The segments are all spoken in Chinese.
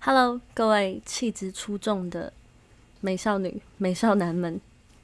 Hello，各位气质出众的美少女、美少男们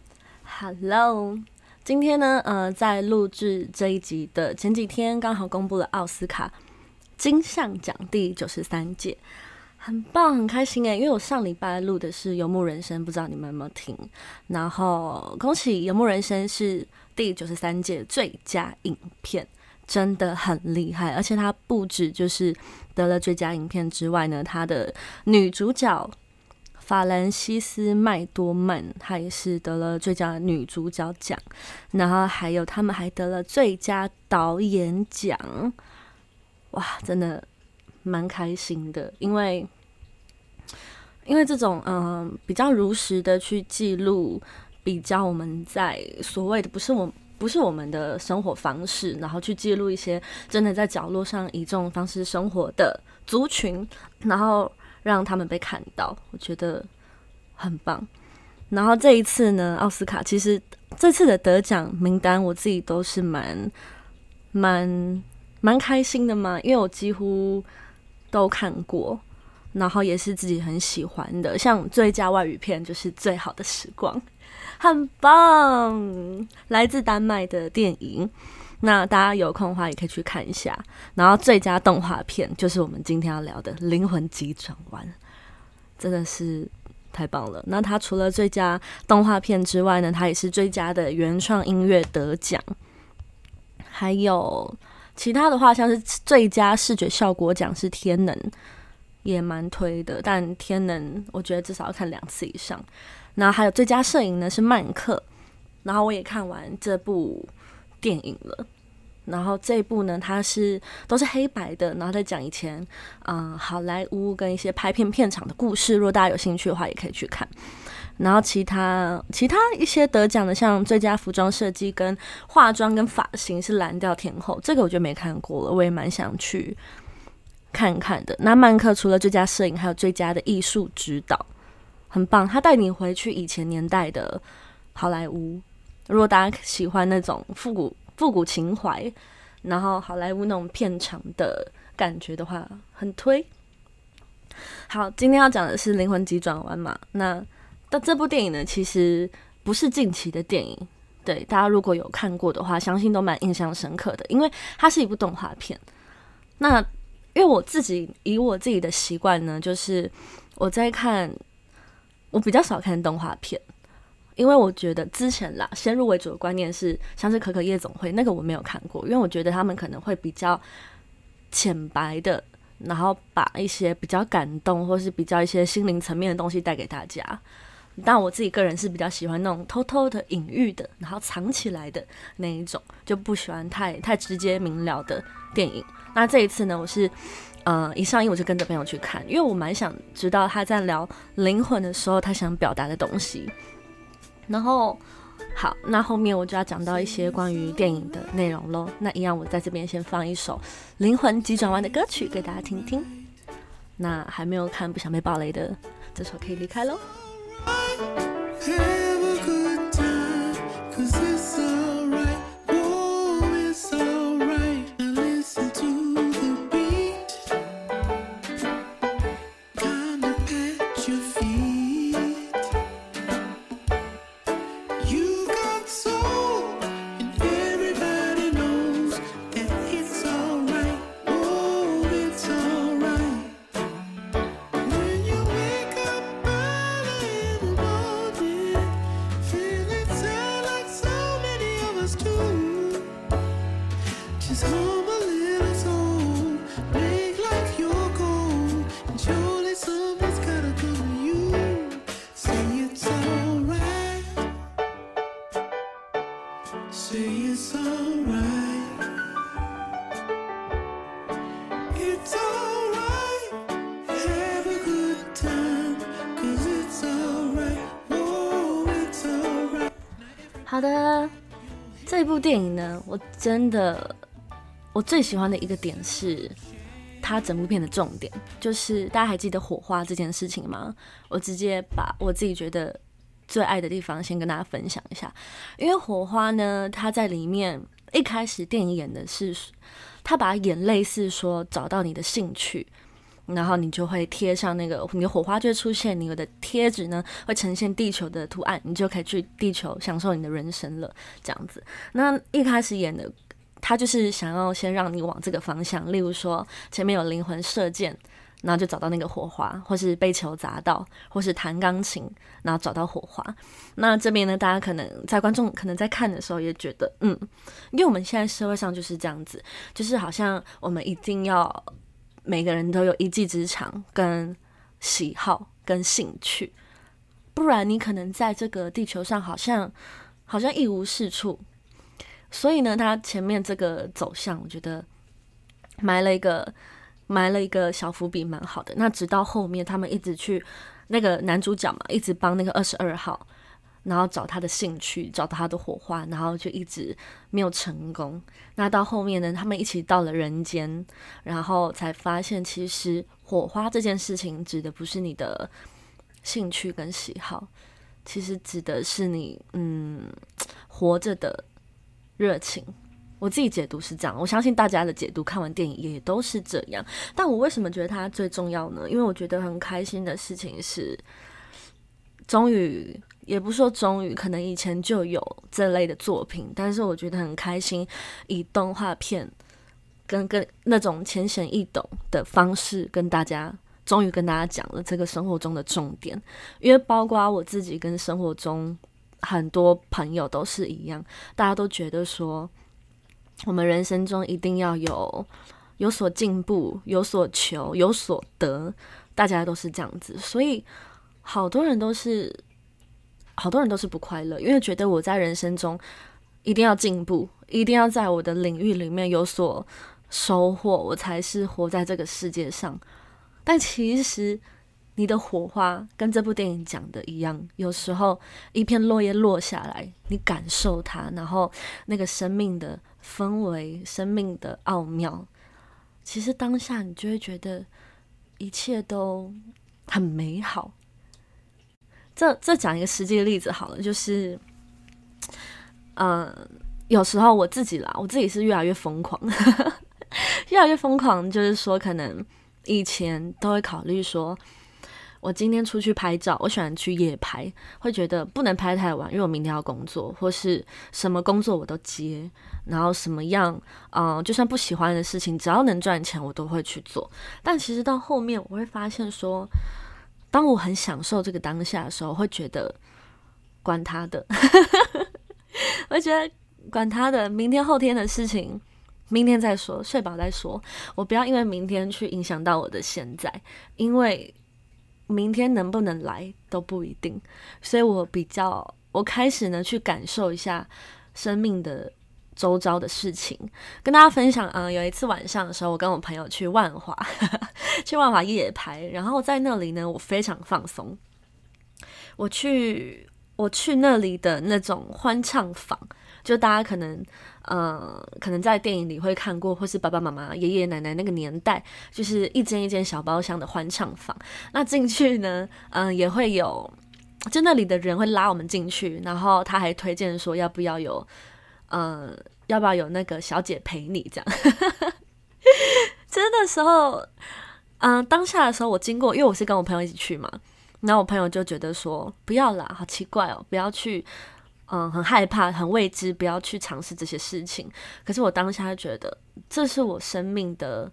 ，Hello。今天呢，在录制这一集的前几天，刚好公布了奥斯卡金像奖第93届，很棒，很开心因为我上礼拜录的是《游牧人生》，不知道你们有没有听？然后恭喜《游牧人生》是第93届最佳影片。真的很厉害，而且他不止就是得了最佳影片之外呢，他的女主角法兰西斯麦多曼，她也是得了最佳女主角奖，然后还有他们还得了最佳导演奖，哇，真的蛮开心的，因为这种比较如实的去记录，比较我们在所谓的不是我们的生活方式，然后去记录一些真的在角落上以这种方式生活的族群，然后让他们被看到，我觉得很棒。然后这一次呢，奥斯卡其实这次的得奖名单我自己都是蛮开心的嘛，因为我几乎都看过，然后也是自己很喜欢的，像最佳外语片就是《最好的时光》。很棒，来自丹麦的电影，那大家有空的话也可以去看一下。然后最佳动画片就是我们今天要聊的《灵魂急转弯》，真的是太棒了。那它除了最佳动画片之外呢，它也是最佳的原创音乐得奖，还有其他的话，像是最佳视觉效果奖是《天能》，也蛮推的，但《天能》我觉得至少要看2次以上。然后还有最佳摄影呢是曼克，然后我也看完这部电影了。然后这一部呢，它都是黑白的，然后在讲以前好莱坞跟一些拍片场的故事。如果大家有兴趣的话，也可以去看。然后其他一些得奖的，像最佳服装设计跟化妆跟发型是蓝调天后，这个我就没看过了，我也蛮想去看看的。那曼克除了最佳摄影，还有最佳的艺术指导。很棒，他带你回去以前年代的好莱坞。如果大家喜欢那种复古情怀，然后好莱坞那种片场的感觉的话，很推。好，今天要讲的是《灵魂急转弯》嘛。那这部电影呢，其实不是近期的电影，对大家如果有看过的话，相信都蛮印象深刻的，因为它是一部动画片。那因为以我自己的习惯呢，就是我比较少看动画片，因为我觉得之前先入为主的观念是像是可可夜总会那个我没有看过，因为我觉得他们可能会比较浅白的，然后把一些比较感动或是比较一些心灵层面的东西带给大家。但我自己个人是比较喜欢那种偷偷的隐喻的，然后藏起来的那一种，就不喜欢太直接明了的电影。那这一次呢，我是一上映我就跟着朋友去看，因为我蛮想知道他在聊灵魂的时候他想表达的东西。然后好，那后面我就要讲到一些关于电影的内容咯。那一样我在这边先放一首灵魂急转弯的歌曲给大家听听。那还没有看不想被暴雷的，这首可以离开咯。好的，这部电影呢，我最喜欢的一个点是它整部片的重点，就是大家还记得火花这件事情吗？我直接把我自己觉得最爱的地方先跟大家分享一下。因为火花呢，它在里面一开始电影演的是他把它演类似说找到你的兴趣， 然后你就会贴上那个，你的火花就会出现，你的贴纸呢会呈现地球的图案，你就可以去地球享受你的人生了，这样子。那一开始演的，他就是想要先让你往这个方向，例如说前面有灵魂射箭，然后就找到那个火花，或是被球砸到，或是弹钢琴，然后找到火花。那这边呢，大家可能在观众可能在看的时候也觉得，因为我们现在社会上就是这样子，就是好像我们一定要每个人都有一技之长、跟喜好、跟兴趣，不然你可能在这个地球上好像一无是处。所以呢，他前面这个走向，我觉得埋了一个小伏笔，蛮好的。那直到后面，他们一直去那个男主角嘛，一直帮那个22号，然后找他的兴趣，找到他的火花，然后就一直没有成功。那到后面呢，他们一起到了人间，然后才发现，其实火花这件事情指的不是你的兴趣跟喜好，其实指的是你活着的热情。我自己解读是这样，我相信大家的解读看完电影也都是这样。但我为什么觉得它最重要呢？因为我觉得很开心的事情是，终于也不是说终于，可能以前就有这类的作品，但是我觉得很开心，以动画片跟那种浅显易懂的方式终于跟大家讲了这个生活中的重点。因为包括我自己跟生活中很多朋友都是一样，大家都觉得说我们人生中一定要有所进步，有所求，有所得，大家都是这样子。所以好多人都是不快乐，因为觉得我在人生中一定要进步，一定要在我的领域里面有所收获，我才是活在这个世界上。但其实你的火花跟这部电影讲的一样，有时候一片落叶落下来，你感受它，然后那个生命的氛围，生命的奥妙，其实当下你就会觉得一切都很美好。这讲一个实际的例子好了，就是有时候我自己是越来越疯狂越来越疯狂，就是说可能以前都会考虑说，我今天出去拍照，我喜欢去夜拍，会觉得不能拍太晚，因为我明天要工作，或是什么工作我都接，然后什么样就算不喜欢的事情，只要能赚钱我都会去做。但其实到后面我会发现说，当我很享受这个当下的时候，会觉得管他的我觉得管他的，明天后天的事情明天再说，睡饱再说，我不要因为明天去影响到我的现在，因为明天能不能来都不一定。所以我开始呢去感受一下生命的周遭的事情。跟大家分享有一次晚上的时候，我跟我朋友去万华去万华夜拍，然后在那里呢我非常放松。我去那里的那种欢唱房，就大家可能在电影里会看过，或是爸爸妈妈、爷爷奶奶那个年代，就是一间一间小包厢的欢唱房。那进去呢，也会有，就那里的人会拉我们进去，然后他还推荐说要不要有那个小姐陪你这样。真的时候，当下的时候我经过，因为我是跟我朋友一起去嘛，然后我朋友就觉得说不要啦，好奇怪哦，不要去。很害怕，很未知，不要去尝试这些事情。可是我当下觉得，这是我生命的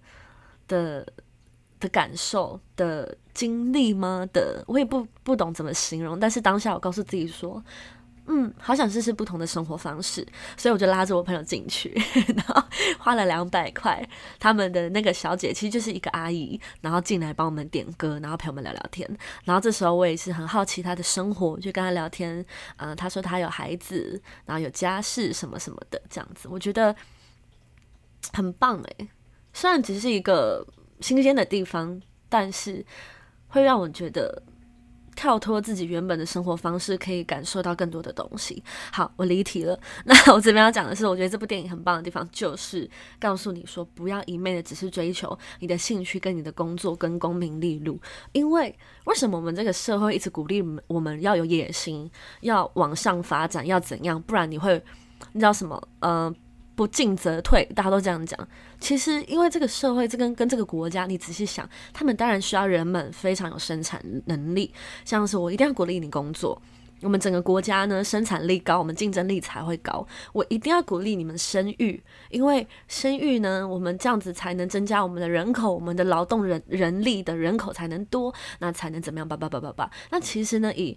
感受的经历吗？我也不懂怎么形容。但是当下我告诉自己说，好想试试不同的生活方式，所以我就拉着我朋友进去，然后花了200块。他们的那个小姐其实就是一个阿姨，然后进来帮我们点歌，然后陪我们聊聊天。然后这时候我也是很好奇她的生活，就跟她聊天。她说她有孩子，然后有家室什么什么的，这样子我觉得很棒欸。虽然只是一个新鲜的地方，但是会让我觉得跳脱自己原本的生活方式，可以感受到更多的东西。好，我离题了。那我这边要讲的是，我觉得这部电影很棒的地方，就是告诉你说，不要一昧的只是追求你的兴趣跟你的工作跟功名利禄。因为什么我们这个社会一直鼓励我们要有野心，要往上发展，要怎样？不然你知道什么？ 不进则退，大家都这样讲。其实因为这个社会，跟这个国家，你仔细想，他们当然需要人们非常有生产能力，像是我一定要鼓励你工作。我们整个国家呢，生产力高，我们竞争力才会高。我一定要鼓励你们生育，因为生育呢，我们这样子才能增加我们的人口，我们的劳动人力的人口才能多，那才能怎么样？那其实呢，以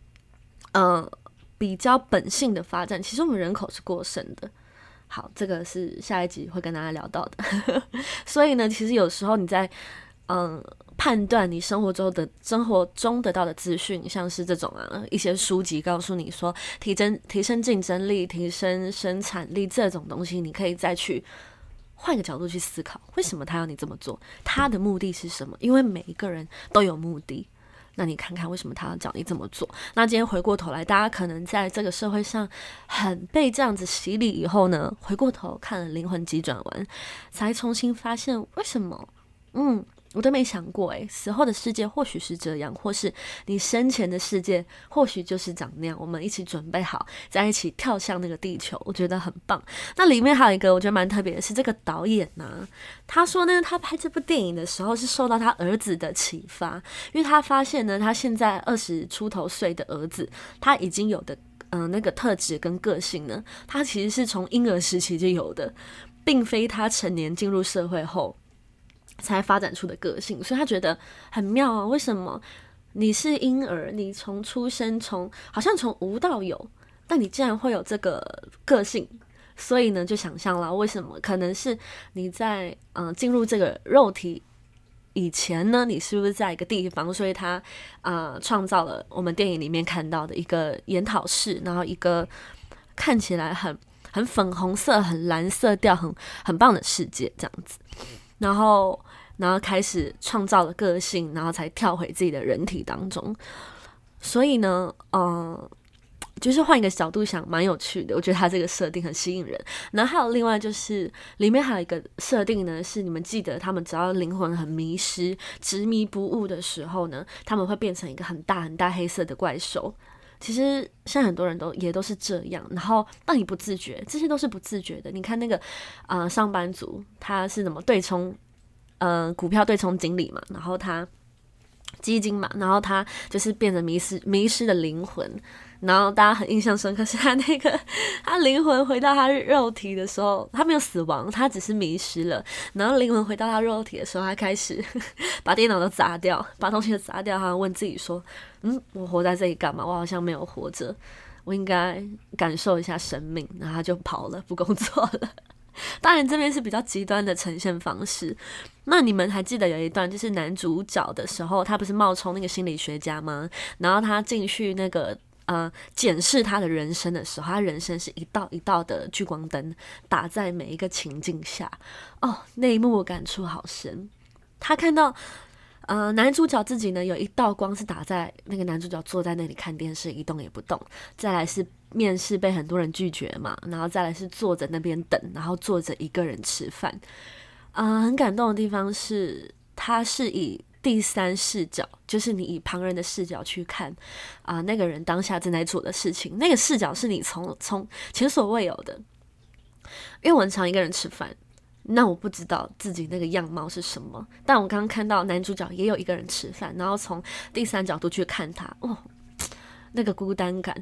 比较本性的发展，其实我们人口是过剩的。好，这个是下一集会跟大家聊到的。所以呢，其实有时候你在判断你生活中得到的资讯，像是这种一些书籍告诉你说提升竞争力、提升生产力这种东西，你可以再去换个角度去思考，为什么他要你这么做？他的目的是什么？因为每一个人都有目的。那你看看为什么他要叫你这么做？那今天回过头来，大家可能在这个社会上很被这样子洗礼以后呢，回过头看了《灵魂急转弯》，才重新发现为什么我都没想过死后的世界或许是这样，或是你生前的世界或许就是长那样，我们一起准备好在一起跳向那个地球，我觉得很棒。那里面还有一个我觉得蛮特别的是，这个导演他说呢，他拍这部电影的时候是受到他儿子的启发，因为他发现呢，他现在20出头岁的儿子，他已经有的那个特质跟个性呢，他其实是从婴儿时期就有的，并非他成年进入社会后才发展出的个性，所以他觉得很妙啊！为什么你是婴儿，你从出生好像从无到有，但你竟然会有这个个性？所以呢，就想象了为什么？可能是你在进入这个肉体以前呢，你是不是在一个地方？所以他创造了我们电影里面看到的一个研讨室，然后一个看起来很粉红色、很蓝色调、很棒的世界这样子。然后开始创造了个性，然后才跳回自己的人体当中。所以呢，就是换一个角度想，蛮有趣的。我觉得他这个设定很吸引人。然后还有另外就是里面还有一个设定呢，是你们记得他们只要灵魂很迷失、执迷不悟的时候呢，他们会变成一个很大很大黑色的怪兽。其实现在很多人也都是这样，然后当你不自觉，这些都是不自觉的。你看那个上班族，他是怎么对冲股票对冲经理嘛，然后他基金嘛，然后他就是变成迷失的灵魂，然后大家很印象深刻是他灵魂回到他肉体的时候，他没有死亡，他只是迷失了。然后灵魂回到他肉体的时候，他开始把电脑都砸掉，把东西都砸掉，他问自己说我活在这里干嘛？我好像没有活着，我应该感受一下生命。然后他就跑了，不工作了。当然这边是比较极端的呈现方式。那你们还记得有一段就是男主角的时候，他不是冒充那个心理学家吗？然后他进去那个检视他的人生的时候，他人生是一道一道的聚光灯打在每一个情境下。那一幕我感触好深。他看到男主角自己呢，有一道光是打在那个男主角坐在那里看电视一动也不动，再来是面试被很多人拒绝嘛，然后再来是坐在那边等，然后坐着一个人吃饭。很感动的地方是他是以第三视角，就是你以旁人的视角去看那个人当下正在做的事情，那个视角是你从前所未有的。因为我很常一个人吃饭，那我不知道自己那个样貌是什么，但我刚刚看到男主角也有一个人吃饭，然后从第三角度去看他，那个孤单感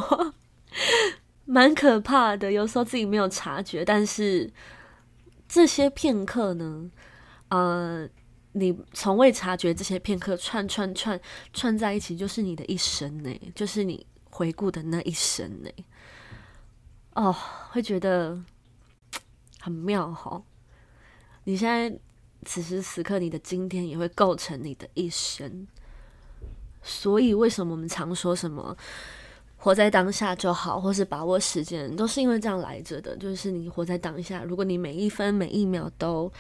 蛮可怕的。有时候自己没有察觉，但是这些片刻呢你从未察觉，这些片刻串在一起，就是你的一生呢，就是你回顾的那一生呢。会觉得很妙齁。你现在此时此刻，你的今天也会构成你的一生。所以为什么我们常说什么活在当下就好，或是把握时间，都是因为这样来着的。就是你活在当下，如果你每一分每一秒都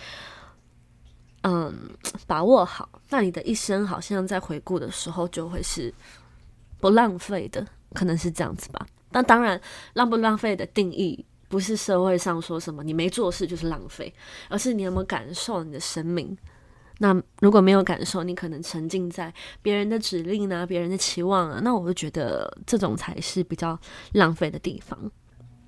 把握好，那你的一生好像在回顾的时候就会是不浪费的，可能是这样子吧。但当然浪不浪费的定义不是社会上说什么你没做事就是浪费，而是你有没有感受你的生命。那如果没有感受，你可能沉浸在别人的指令啊，别人的期望啊，那我就觉得这种才是比较浪费的地方。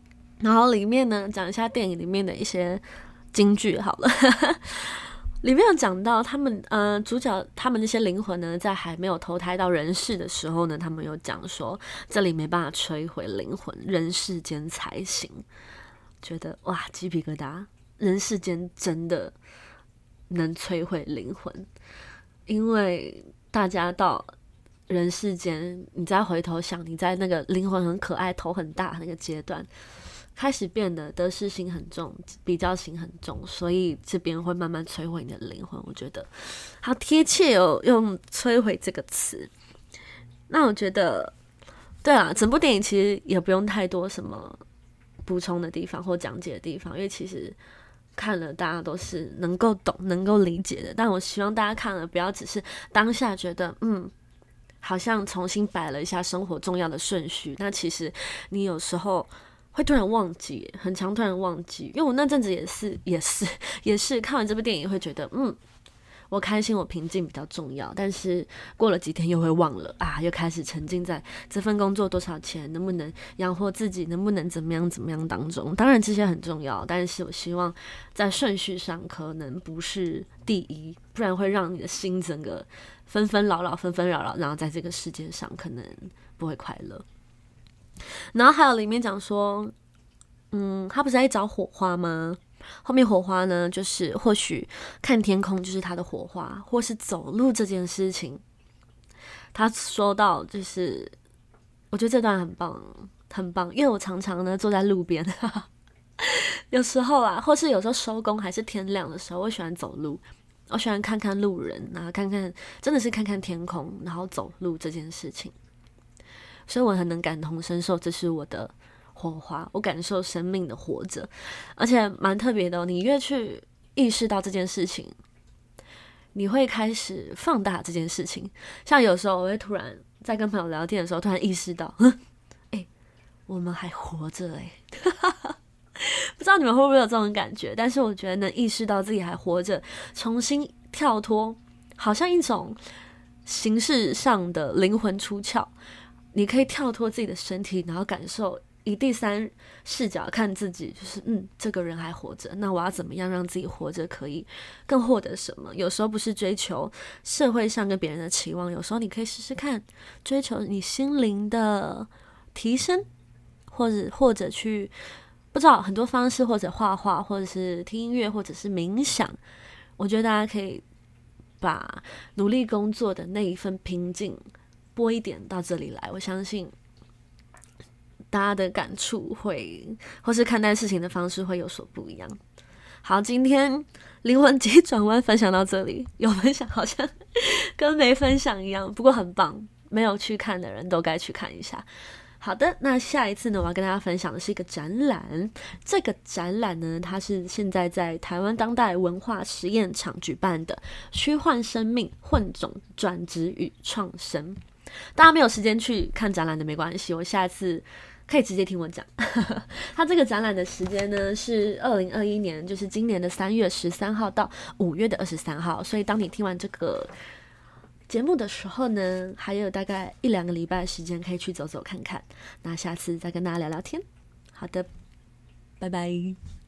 然后里面呢讲一下电影里面的一些金句好了。里面有讲到他们主角他们那些灵魂呢，在还没有投胎到人世的时候呢，他们有讲说这里没办法摧毁灵魂，人世间才行。觉得哇，鸡皮疙瘩！人世间真的能摧毁灵魂，因为大家到人世间，你再回头想，你在那个灵魂很可爱、头很大那个阶段，开始变得得失心很重，比较心很重，所以这边会慢慢摧毁你的灵魂。我觉得好贴切哦，用摧毁这个词。那我觉得，对啊，整部电影其实也不用太多什么补充的地方或讲解的地方，因为其实看了大家都是能够懂、能够理解的。但我希望大家看了不要只是当下觉得好像重新摆了一下生活重要的顺序，那其实你有时候会突然忘记，很常突然忘记。因为我那阵子也是看完这部电影会觉得我开心我平静比较重要，但是过了几天又会忘了啊，又开始沉浸在这份工作多少钱，能不能养活自己，能不能怎么样当中。当然这些很重要，但是我希望在顺序上可能不是第一，不然会让你的心整个纷纷扰扰，然后在这个世界上可能不会快乐。然后还有里面讲说他不是在找火花吗？后面火花呢，就是或许看天空就是他的火花，或是走路这件事情。他说到就是我觉得这段很棒很棒，因为我常常呢坐在路边有时候啊，或是有时候收工还是天亮的时候，我喜欢走路，我喜欢看看路人，然后真的是看看天空，然后走路这件事情。所以我很能感同身受，这是我的火花，我感受生命的活着，而且蛮特别的哦。你越去意识到这件事情，你会开始放大这件事情。像有时候我会突然在跟朋友聊天的时候，突然意识到，我们还活着不知道你们会不会有这种感觉？但是我觉得能意识到自己还活着，重新跳脱，好像一种形式上的灵魂出窍。你可以跳脱自己的身体，然后感受以第三视角看自己，就是这个人还活着，那我要怎么样让自己活着可以更获得什么？有时候不是追求社会上跟别人的期望，有时候你可以试试看追求你心灵的提升，或者去不知道很多方式，或者画画，或者是听音乐，或者是冥想。我觉得大家可以把努力工作的那一份平静拨一点到这里来，我相信大家的感触或是看待事情的方式会有所不一样。好，今天灵魂急转弯分享到这里，有分享好像跟没分享一样，不过很棒，没有去看的人都该去看一下。好的，那下一次呢，我要跟大家分享的是一个展览。这个展览呢，它是现在在台湾当代文化实验场举办的虚幻生命混种转职与创生。大家没有时间去看展览的没关系，我下次可以直接听我讲。它这个展览的时间呢是2021年，就是今年的3月13号到5月的23号，所以当你听完这个节目的时候呢，还有大概1-2个礼拜的时间可以去走走看看。那下次再跟大家聊聊天。好的，拜拜。